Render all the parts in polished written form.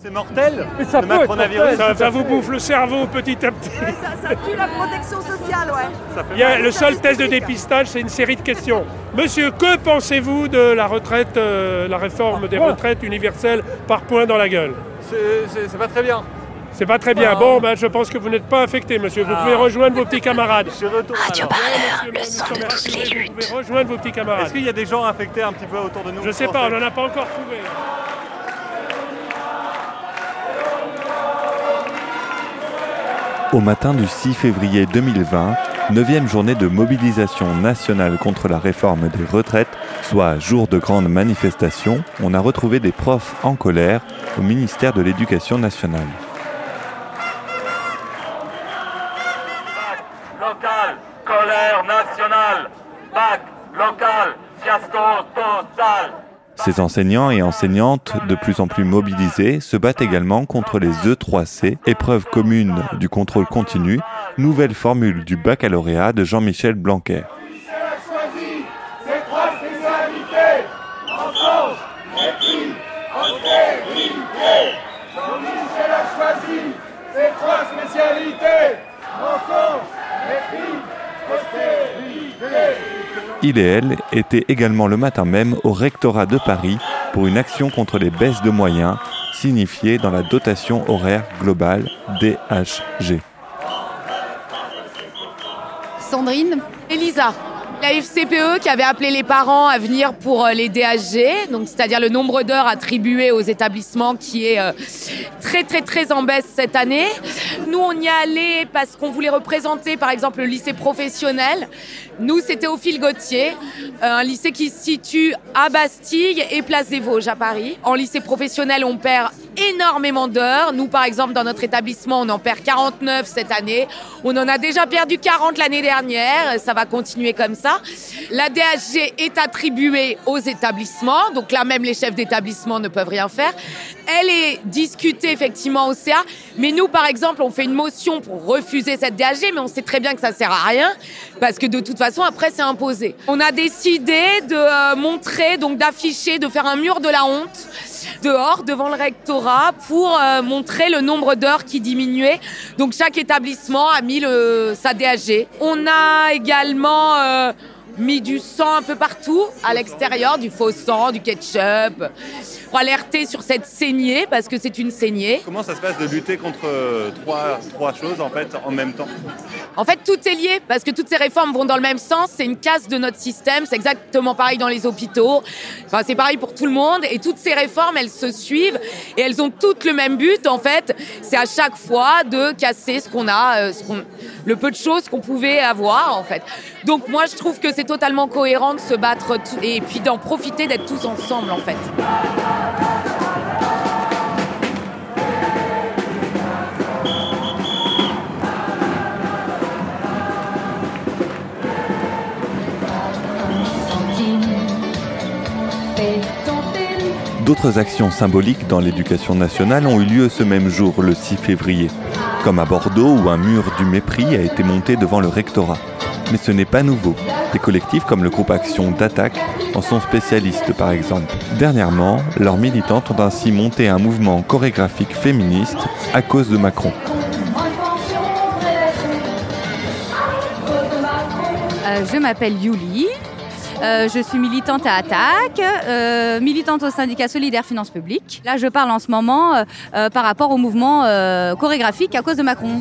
C'est mortel. Mais ça le peut être macronavirus. mortel. Ça vous bouffe le cerveau petit à petit. Ouais, ça tue la protection sociale, ouais. Ça fait Il y a mal. le seul test de dépistage, c'est une série de questions. Monsieur, que pensez-vous de la retraite, la réforme des retraites universelles par point dans la gueule? C'est pas très bien. C'est pas très bien. Bon, je pense que vous n'êtes pas affecté, monsieur. Vous pouvez rejoindre vos petits camarades. Je retourne alors. Le son de toutes les luttes. Vous pouvez rejoindre vos petits camarades. Est-ce qu'il y a des gens infectés un petit peu autour de nous? Je sais pas, on n'en a pas encore trouvé. Au matin du 6 février 2020, 9e journée de mobilisation nationale contre la réforme des retraites, soit jour de grande manifestation, on a retrouvé des profs en colère au ministère de l'Éducation nationale. Local, colère nationale, bac, local, fiasco total. Ces enseignants et enseignantes, de plus en plus mobilisés, se battent également contre les E3C, épreuve commune du contrôle continu, nouvelle formule du baccalauréat de Jean-Michel Blanquer. Jean-Michel a choisi ses trois spécialités, mensonge, mépris, austérité. Jean-Michel a choisi ses trois spécialités, mensonge, mépris, austérité. Il et elle étaient également le matin même au rectorat de Paris pour une action contre les baisses de moyens signifiées dans la dotation horaire globale DHG. Sandrine, Elisa, la FCPE qui avait appelé les parents à venir pour les DHG, donc c'est-à-dire le nombre d'heures attribuées aux établissements qui est très en baisse cette année. Nous, on y allait parce qu'on voulait représenter par exemple le lycée professionnel. Nous, c'est Théophile Gautier, un lycée qui se situe à Bastille et Place des Vosges à Paris. En lycée professionnel, on perd énormément d'heures. Nous, par exemple, dans notre établissement, on en perd 49 cette année. On en a déjà perdu 40 l'année dernière. Ça va continuer comme ça. La DHG est attribuée aux établissements. Donc là, même les chefs d'établissement ne peuvent rien faire. Elle est discutée effectivement au CA. Mais nous, par exemple, on fait une motion pour refuser cette DHG, mais on sait très bien que ça sert à rien parce que de toute façon, après, c'est imposé. On a décidé de montrer, donc d'afficher, de faire un mur de la honte dehors, devant le rectorat, pour montrer le nombre d'heures qui diminuait. Donc, chaque établissement a mis sa DHG. On a également mis du sang un peu partout, à l'extérieur, du faux sang, du ketchup, pour alerter sur cette saignée, parce que c'est une saignée. Comment ça se passe de lutter contre trois choses en fait en même temps? En fait, tout est lié, parce que toutes ces réformes vont dans le même sens. C'est une casse de notre système. C'est exactement pareil dans les hôpitaux. Enfin, c'est pareil pour tout le monde. Et toutes ces réformes, elles se suivent. Et elles ont toutes le même but, en fait. C'est à chaque fois de casser ce qu'on a, le peu de choses qu'on pouvait avoir, en fait. Donc, moi, je trouve que c'est totalement cohérent de se battre et puis d'en profiter d'être tous ensemble, en fait. D'autres actions symboliques dans l'éducation nationale ont eu lieu ce même jour, le 6 février, comme à Bordeaux où un mur du mépris a été monté devant le rectorat. Mais ce n'est pas nouveau. Des collectifs comme le groupe Action d'Attaque en sont spécialistes par exemple. Dernièrement, leurs militantes ont ainsi monté un mouvement chorégraphique féministe à cause de Macron. Je m'appelle Yuli. Je suis militante à Attaque, militante au syndicat Solidaire Finances Publiques. Là, je parle en ce moment par rapport au mouvement chorégraphique à cause de Macron.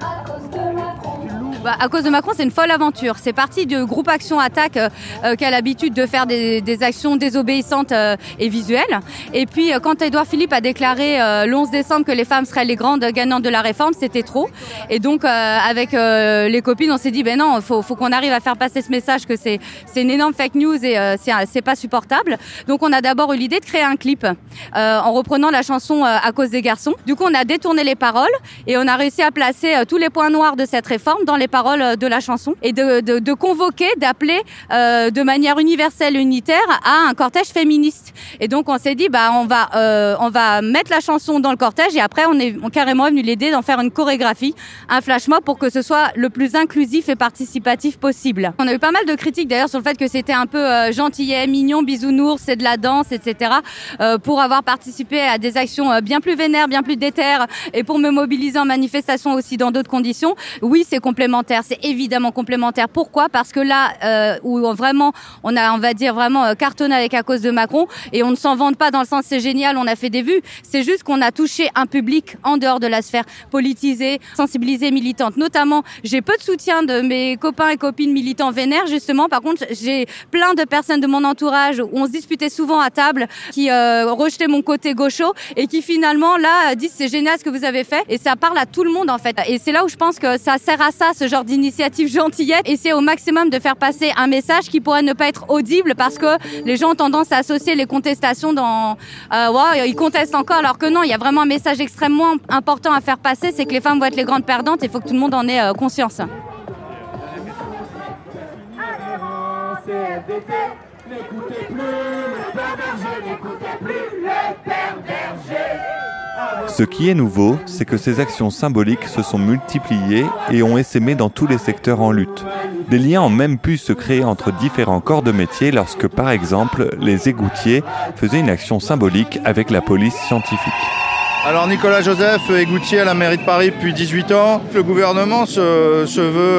À cause de Macron, c'est une folle aventure. C'est parti du groupe Action Attaque qui a l'habitude de faire des actions désobéissantes et visuelles. Et puis, quand Édouard Philippe a déclaré le 11 décembre que les femmes seraient les grandes gagnantes de la réforme, c'était trop. Et donc, avec les copines, on s'est dit, ben non, faut qu'on arrive à faire passer ce message que c'est une énorme fake news et c'est pas supportable. Donc, on a d'abord eu l'idée de créer un clip en reprenant la chanson À cause des garçons. Du coup, on a détourné les paroles et on a réussi à placer tous les points noirs de cette réforme dans les paroles de la chanson et de convoquer, d'appeler de manière universelle, unitaire à un cortège féministe. Et donc on s'est dit on va mettre la chanson dans le cortège et après on est carrément venu l'aider d'en faire une chorégraphie, un flash mob pour que ce soit le plus inclusif et participatif possible. On a eu pas mal de critiques d'ailleurs sur le fait que c'était un peu gentillet, mignon, bisounours, c'est de la danse, etc. Pour avoir participé à des actions bien plus vénères, bien plus déterres et pour me mobiliser en manifestation aussi dans d'autres conditions. Oui, c'est complémentaire, c'est évidemment complémentaire. Pourquoi ? Parce que là où vraiment on a, on va dire vraiment cartonné avec à cause de Macron et on ne s'en vante pas dans le sens c'est génial, on a fait des vues. C'est juste qu'on a touché un public en dehors de la sphère politisée, sensibilisée, militante. Notamment, j'ai peu de soutien de mes copains et copines militants vénères justement. Par contre, j'ai plein de personnes de mon entourage où on se disputait souvent à table, qui rejetaient mon côté gaucho et qui finalement là disent c'est génial ce que vous avez fait et ça parle à tout le monde en fait. Et c'est là où je pense que ça sert à ça, ce genre d'initiative gentillette, et c'est au maximum de faire passer un message qui pourrait ne pas être audible parce que les gens ont tendance à associer les contestations dans ils contestent encore alors que non, il y a vraiment un message extrêmement important à faire passer, c'est que les femmes vont être les grandes perdantes et il faut que tout le monde en ait conscience. N'écoutez plus les pères bergers, n'écoutez plus les pères bergers. Ce qui est nouveau, c'est que ces actions symboliques se sont multipliées et ont essaimé dans tous les secteurs en lutte. Des liens ont même pu se créer entre différents corps de métier lorsque, par exemple, les égoutiers faisaient une action symbolique avec la police scientifique. Alors Nicolas Joseph, égoutier à la mairie de Paris depuis 18 ans. Le gouvernement se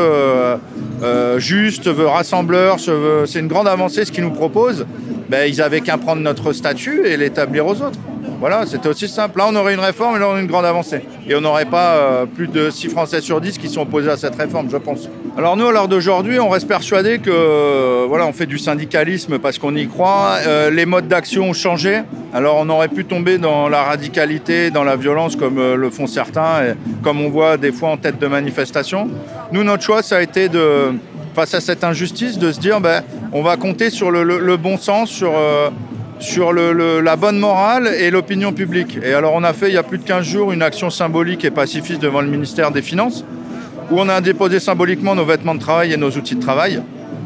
veut juste, veut rassembleur, c'est une grande avancée ce qu'ils nous proposent. Ils avaient qu'à prendre notre statut et l'établir aux autres. Voilà, c'était aussi simple. Là, on aurait une réforme et là, on aurait une grande avancée. Et on n'aurait pas plus de 6 Français sur 10 qui sont opposés à cette réforme, je pense. Alors nous, à l'heure d'aujourd'hui, on reste persuadés que on fait du syndicalisme parce qu'on y croit. Les modes d'action ont changé. Alors on aurait pu tomber dans la radicalité, dans la violence comme le font certains, et comme on voit des fois en tête de manifestation. Nous, notre choix, ça a été face à cette injustice, de se dire on va compter sur le bon sens, sur la bonne morale et l'opinion publique. Et alors on a fait il y a plus de 15 jours une action symbolique et pacifiste devant le ministère des Finances où on a déposé symboliquement nos vêtements de travail et nos outils de travail.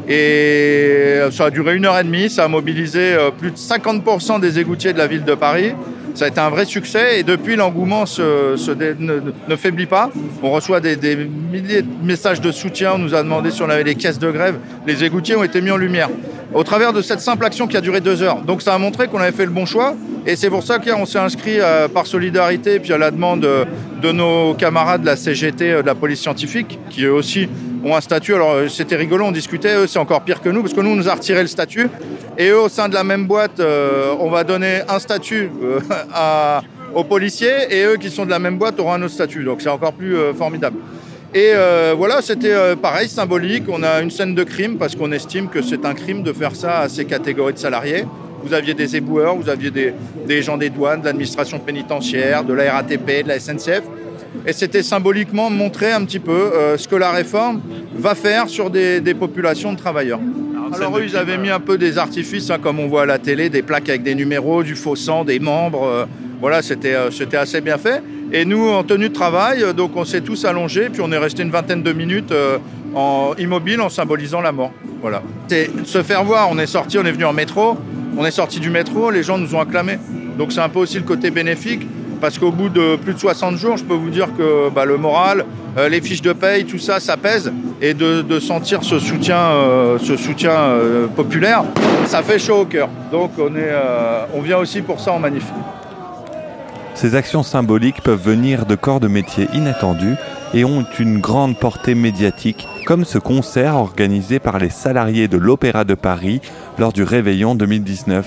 Et ça a duré 1h30, ça a mobilisé plus de 50% des égoutiers de la ville de Paris. Ça a été un vrai succès et depuis l'engouement ne faiblit pas. On reçoit des milliers de messages de soutien, on nous a demandé si on avait des caisses de grève. Les égoutiers ont été mis en lumière au travers de cette simple action qui a duré 2 heures. Donc ça a montré qu'on avait fait le bon choix et c'est pour ça qu'hier on s'est inscrit par solidarité et puis à la demande de nos camarades de la CGT, de la police scientifique, qui eux aussi ont un statut. Alors c'était rigolo, on discutait, eux c'est encore pire que nous parce que nous on nous a retiré le statut et eux au sein de la même boîte on va donner un statut aux policiers et eux qui sont de la même boîte auront un autre statut, donc c'est encore plus formidable. Et voilà, c'était pareil, symbolique. On a une scène de crime parce qu'on estime que c'est un crime de faire ça à ces catégories de salariés. Vous aviez des éboueurs, vous aviez des gens des douanes, de l'administration pénitentiaire, de la RATP, de la SNCF. Et c'était symboliquement montrer un petit peu ce que la réforme va faire sur des populations de travailleurs. Alors eux, ils avaient mis un peu des artifices, comme on voit à la télé, des plaques avec des numéros, du faux sang, des membres. Voilà, c'était assez bien fait. Et nous, en tenue de travail, donc on s'est tous allongés, puis on est resté une vingtaine de minutes immobile en symbolisant la mort. Voilà. C'est se faire voir. On est venu en métro, on est sorti du métro, les gens nous ont acclamés. Donc c'est un peu aussi le côté bénéfique, parce qu'au bout de plus de 60 jours, je peux vous dire que le moral, les fiches de paye, tout ça, ça pèse. Et de sentir ce soutien populaire, ça fait chaud au cœur. Donc on vient aussi pour ça en manif. Ces actions symboliques peuvent venir de corps de métier inattendus et ont une grande portée médiatique, comme ce concert organisé par les salariés de l'Opéra de Paris lors du Réveillon 2019-2020.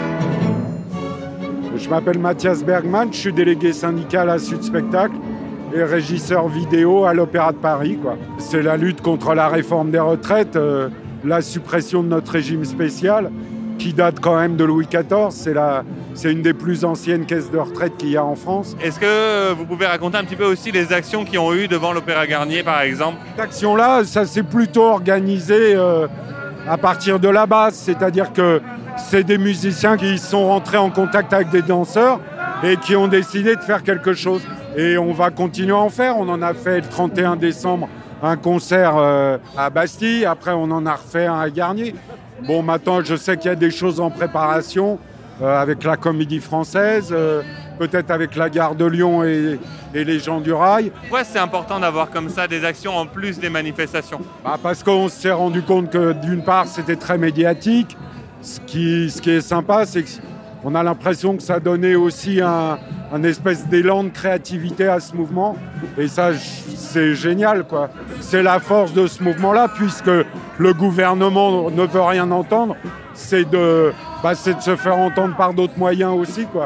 Je m'appelle Mathias Bergman, je suis délégué syndical à Sud Spectacle et régisseur vidéo à l'Opéra de Paris, quoi. C'est la lutte contre la réforme des retraites, la suppression de notre régime spécial, qui date quand même de Louis XIV. C'est une des plus anciennes caisses de retraite qu'il y a en France. Est-ce que vous pouvez raconter un petit peu aussi les actions qui ont eu devant l'Opéra Garnier, par exemple ? Cette action-là, ça s'est plutôt organisé à partir de la base. C'est-à-dire que c'est des musiciens qui sont rentrés en contact avec des danseurs et qui ont décidé de faire quelque chose. Et on va continuer à en faire. On en a fait le 31 décembre un concert à Bastille. Après, on en a refait un à Garnier. Bon, maintenant, je sais qu'il y a des choses en préparation avec la Comédie Française, peut-être avec la Gare de Lyon et les gens du rail. Pourquoi c'est important d'avoir comme ça des actions en plus des manifestations ? Parce qu'on s'est rendu compte que d'une part, c'était très médiatique. Ce qui est sympa, c'est qu'on a l'impression que ça donnait aussi un espèce d'élan de créativité à ce mouvement. Et ça, c'est génial, quoi. C'est la force de ce mouvement-là, puisque le gouvernement ne veut rien entendre. C'est de se faire entendre par d'autres moyens aussi, quoi.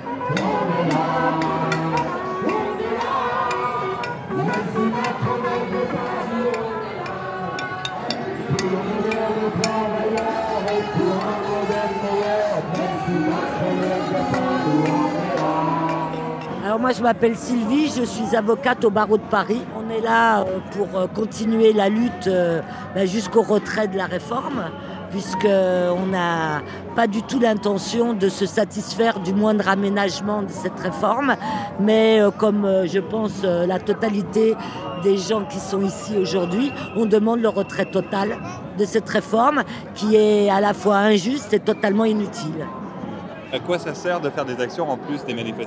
Alors moi je m'appelle Sylvie, je suis avocate au barreau de Paris. On est là pour continuer la lutte jusqu'au retrait de la réforme, puisqu'on n'a pas du tout l'intention de se satisfaire du moindre aménagement de cette réforme, mais comme je pense la totalité des gens qui sont ici aujourd'hui, on demande le retrait total de cette réforme qui est à la fois injuste et totalement inutile. À quoi ça sert de faire des actions en plus des manifestations ?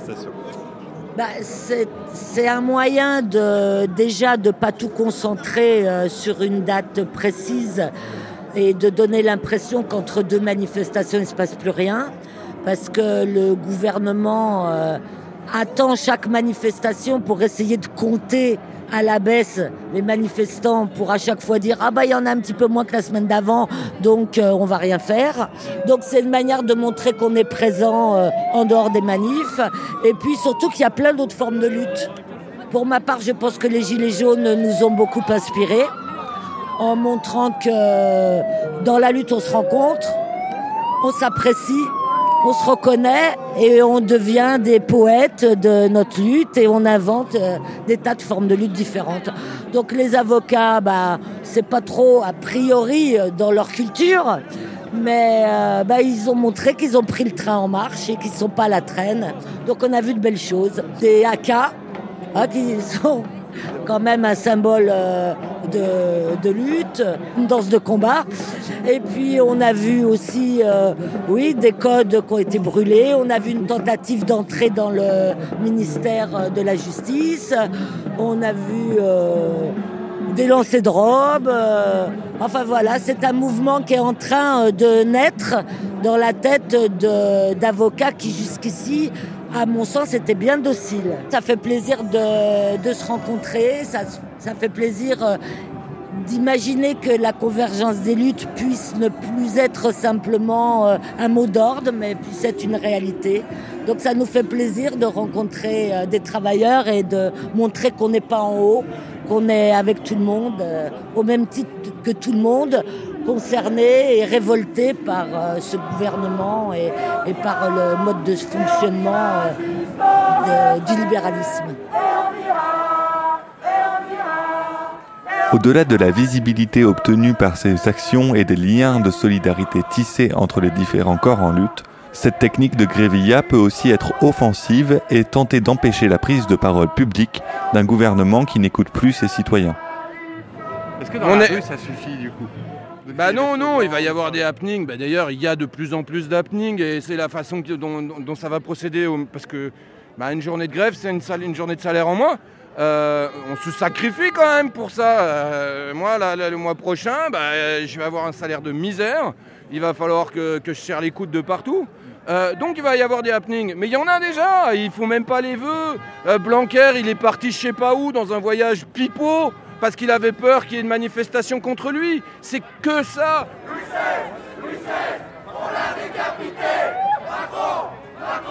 C'est un moyen déjà de ne pas tout concentrer sur une date précise et de donner l'impression qu'entre deux manifestations, il ne se passe plus rien, parce que le gouvernement attend chaque manifestation pour essayer de compter à la baisse les manifestants pour à chaque fois dire « il y en a un petit peu moins que la semaine d'avant, donc on va rien faire ». Donc c'est une manière de montrer qu'on est présent en dehors des manifs, et puis surtout qu'il y a plein d'autres formes de lutte. Pour ma part, je pense que les Gilets jaunes nous ont beaucoup inspirés, en montrant que dans la lutte on se rencontre, on s'apprécie, on se reconnaît et on devient des poètes de notre lutte et on invente des tas de formes de lutte différentes. Donc les avocats, c'est pas trop a priori dans leur culture, mais ils ont montré qu'ils ont pris le train en marche et qu'ils sont pas à la traîne. Donc on a vu de belles choses. Des AK qui sont quand même un symbole de lutte, une danse de combat. Et puis on a vu aussi des codes qui ont été brûlés. On a vu une tentative d'entrer dans le ministère de la Justice. On a vu des lancers de robes. Enfin voilà, c'est un mouvement qui est en train de naître dans la tête d'avocats qui jusqu'ici, à mon sens, était bien docile. Ça fait plaisir de se rencontrer, ça fait plaisir d'imaginer que la convergence des luttes puisse ne plus être simplement un mot d'ordre, mais puisse être une réalité. Donc ça nous fait plaisir de rencontrer des travailleurs et de montrer qu'on n'est pas en haut, qu'on est avec tout le monde, au même titre que tout le monde, concerné et révolté par ce gouvernement et par le mode de fonctionnement du libéralisme. Au-delà de la visibilité obtenue par ces actions et des liens de solidarité tissés entre les différents corps en lutte, cette technique de guérilla peut aussi être offensive et tenter d'empêcher la prise de parole publique d'un gouvernement qui n'écoute plus ses citoyens. Est-ce que dans la rue, ça suffit du coup ? Non, il va y avoir des happenings. D'ailleurs, il y a de plus en plus d'happenings et c'est la façon dont ça va procéder. Parce que une journée de grève, c'est une journée de salaire en moins. On se sacrifie quand même pour ça. Moi, le mois prochain, je vais avoir un salaire de misère. Il va falloir que je serre les coudes de partout. Donc il va y avoir des happenings. Mais il y en a déjà, ils font même pas les vœux. Blanquer, il est parti je sais pas où dans un voyage pipeau parce qu'il avait peur qu'il y ait une manifestation contre lui. C'est que ça. Louis XVI, on l'a décapité. Macron,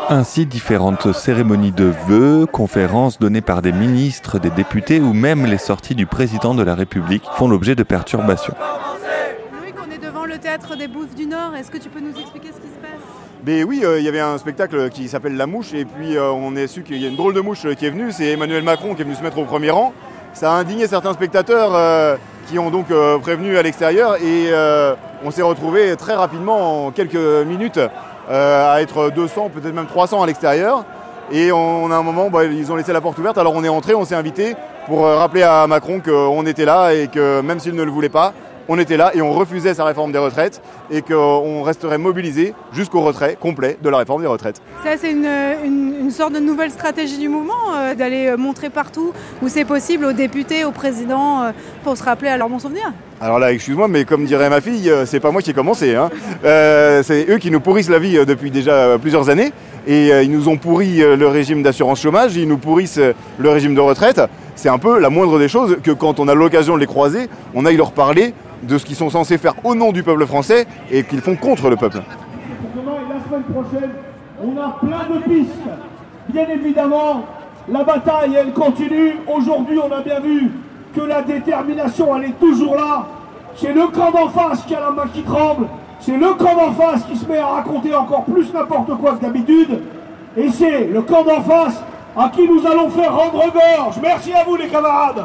Ainsi, différentes cérémonies de vœux, conférences données par des ministres, des députés ou même les sorties du président de la République font l'objet de perturbations. Loïc, on est devant le théâtre des Bouffes du Nord. Est-ce que tu peux nous expliquer ce qui se passe ? Mais oui, il y avait un spectacle qui s'appelle La Mouche et puis on a su qu'il y a une drôle de mouche qui est venue, c'est Emmanuel Macron qui est venu se mettre au premier rang. Ça a indigné certains spectateurs qui ont donc prévenu à l'extérieur et on s'est retrouvés très rapidement en quelques minutes à être 200, peut-être même 300 à l'extérieur. Et on a un moment, ils ont laissé la porte ouverte, alors on est entré, on s'est invité pour rappeler à Macron qu'on était là et que même s'il ne le voulait pas, on était là et on refusait sa réforme des retraites et qu'on resterait mobilisé jusqu'au retrait complet de la réforme des retraites. Ça, c'est une sorte de nouvelle stratégie du mouvement, d'aller montrer partout où c'est possible aux députés, aux présidents, pour se rappeler à leur bon souvenir. Alors là, excuse-moi, mais comme dirait ma fille, c'est pas moi qui ai commencé. C'est eux qui nous pourrissent la vie depuis déjà plusieurs années. Et ils nous ont pourri le régime d'assurance chômage, ils nous pourrissent le régime de retraite. C'est un peu la moindre des choses que quand on a l'occasion de les croiser, on aille leur parler de ce qu'ils sont censés faire au nom du peuple français et qu'ils font contre le peuple. Pour demain et la semaine prochaine, on a plein de pistes. Bien évidemment, la bataille, elle continue. Aujourd'hui, on a bien vu que la détermination, elle est toujours là. C'est le camp d'en face qui a la main qui tremble. C'est le camp d'en face qui se met à raconter encore plus n'importe quoi que d'habitude. Et c'est le camp d'en face à qui nous allons faire rendre gorge. Merci à vous les camarades.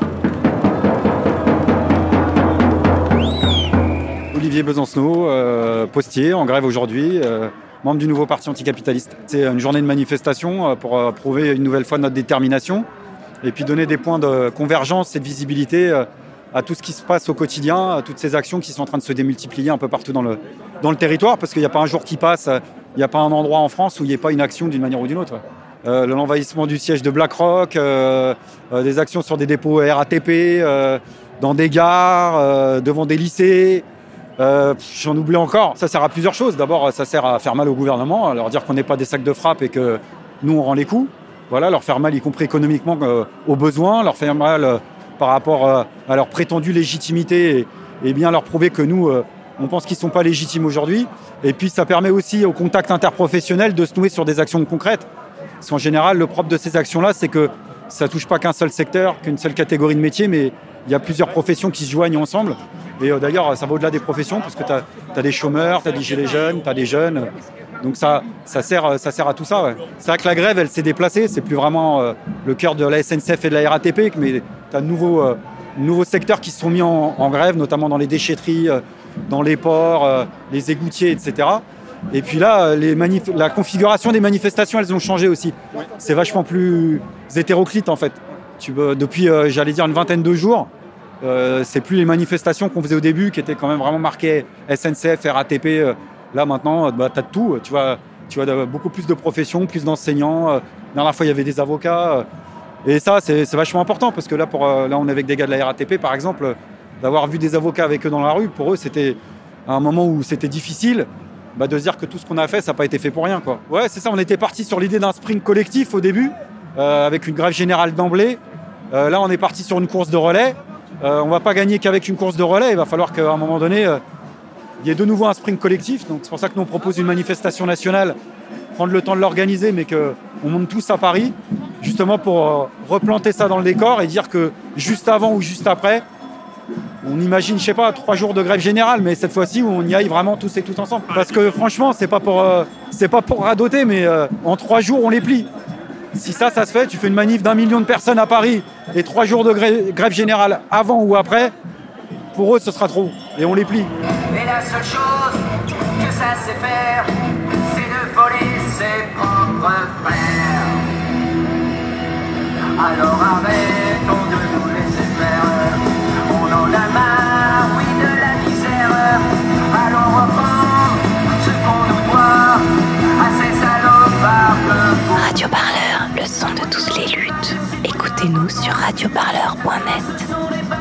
Olivier Besancenot, postier, en grève aujourd'hui, membre du nouveau parti anticapitaliste. C'est une journée de manifestation pour prouver une nouvelle fois notre détermination et puis donner des points de convergence et de visibilité à tout ce qui se passe au quotidien, à toutes ces actions qui sont en train de se démultiplier un peu partout dans le territoire, parce qu'il n'y a pas un jour qui passe, il n'y a pas un endroit en France où il n'y ait pas une action d'une manière ou d'une autre. L'envahissement du siège de BlackRock, des actions sur des dépôts RATP, dans des gares, devant des lycées. J'en oublie encore. Ça sert à plusieurs choses. D'abord, ça sert à faire mal au gouvernement, à leur dire qu'on n'est pas des sacs de frappe et que nous, on rend les coups. Voilà, leur faire mal, y compris économiquement, aux besoins, leur faire mal par rapport à leur prétendue légitimité et bien leur prouver que nous, on pense qu'ils ne sont pas légitimes aujourd'hui. Et puis, ça permet aussi au contact interprofessionnel de se nouer sur des actions concrètes. Parce qu'en général, le propre de ces actions-là, c'est que ça ne touche pas qu'un seul secteur, qu'une seule catégorie de métier, mais il y a plusieurs professions qui se joignent ensemble. Et d'ailleurs, ça va au-delà des professions, parce que tu as des chômeurs, tu as des gilets jaunes, tu as des jeunes. Donc ça sert à tout ça. Ouais. C'est vrai que la grève, elle s'est déplacée. C'est plus vraiment le cœur de la SNCF et de la RATP, mais tu as de nouveaux secteurs qui se sont mis en grève, notamment dans les déchetteries, dans les ports, les égoutiers, etc. Et puis là, la configuration des manifestations, elles ont changé aussi. Ouais. C'est vachement plus hétéroclite, en fait. Depuis, j'allais dire, une vingtaine de jours, c'est plus les manifestations qu'on faisait au début, qui étaient quand même vraiment marquées SNCF, RATP. Là, maintenant, tu as de tout. Tu vois beaucoup plus de professions, plus d'enseignants. La dernière fois, il y avait des avocats. Et ça, c'est vachement important, parce que là, on est avec des gars de la RATP, par exemple, d'avoir vu des avocats avec eux dans la rue, pour eux, c'était un moment où c'était difficile. De se dire que tout ce qu'on a fait, ça n'a pas été fait pour rien, quoi. Ouais, c'est ça, on était parti sur l'idée d'un sprint collectif au début, avec une grève générale d'emblée. Là, on est parti sur une course de relais. On ne va pas gagner qu'avec une course de relais. Il va falloir qu'à un moment donné, il y ait de nouveau un sprint collectif. Donc, c'est pour ça que nous, on propose une manifestation nationale, prendre le temps de l'organiser, mais qu'on monte tous à Paris, justement pour replanter ça dans le décor et dire que juste avant ou juste après, on imagine, 3 jours de grève générale, mais cette fois-ci, où on y aille vraiment tous et toutes ensemble. Parce que franchement, c'est pas pour radoter, mais en 3 jours, on les plie. Si ça se fait, tu fais une manif d'1 million de personnes à Paris et 3 jours de grève générale avant ou après, pour eux, ce sera trop. Et on les plie. Et la seule chose que ça sait faire, c'est de voler ses propres frères. Alors arrêtons de nous laisser faire. On en a marre, oui, de la misère. Allons reprendre ce qu'on nous doit à ces salopards. Radio Parleur, le son de toutes les luttes. Écoutez-nous sur radioparleur.net.